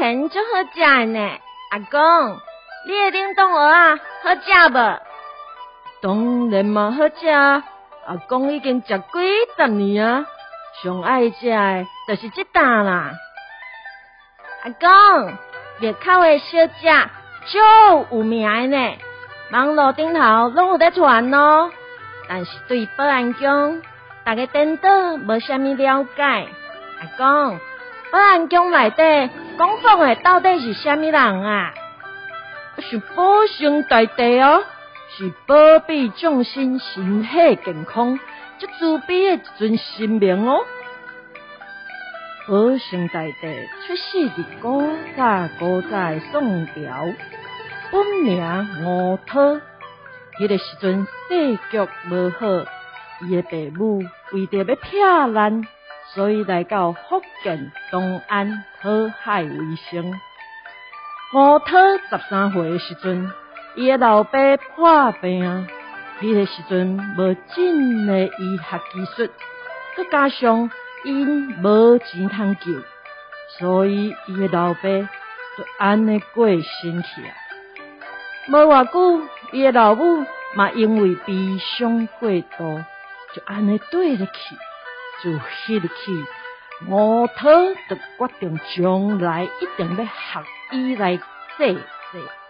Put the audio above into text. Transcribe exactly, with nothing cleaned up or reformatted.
甜就好食呢。阿公，你的冷冻蚵仔好食无？ 当然嘛好食，阿公已经食几十年啊，上爱食的就是这担啦。 阿公，入口的小食少有名的呢，网络顶头拢有在传咯。但是对保安宫，大家颠倒无啥物了解。阿公，保安宫内底供奉的到底是啥物人啊？ 是保生大帝哦，是保庇众生身体健康，最慈悲的一尊神明哦。保生大帝出世伫古早古早的宋朝，本名吴涛。迄个时阵世局无好，伊的爸母为着要避难，所以来到福建东安讨海为生。吴涛十三岁的时阵，伊的老爸破病，迄个时阵无进的医学技术，佮加上因无钱通救，所以伊的老爸就安尼过身去啊。无偌久，伊的老母嘛因为悲伤过度，就安尼对入去。自迄日起，吴涛就决定将来一定要学医来治世。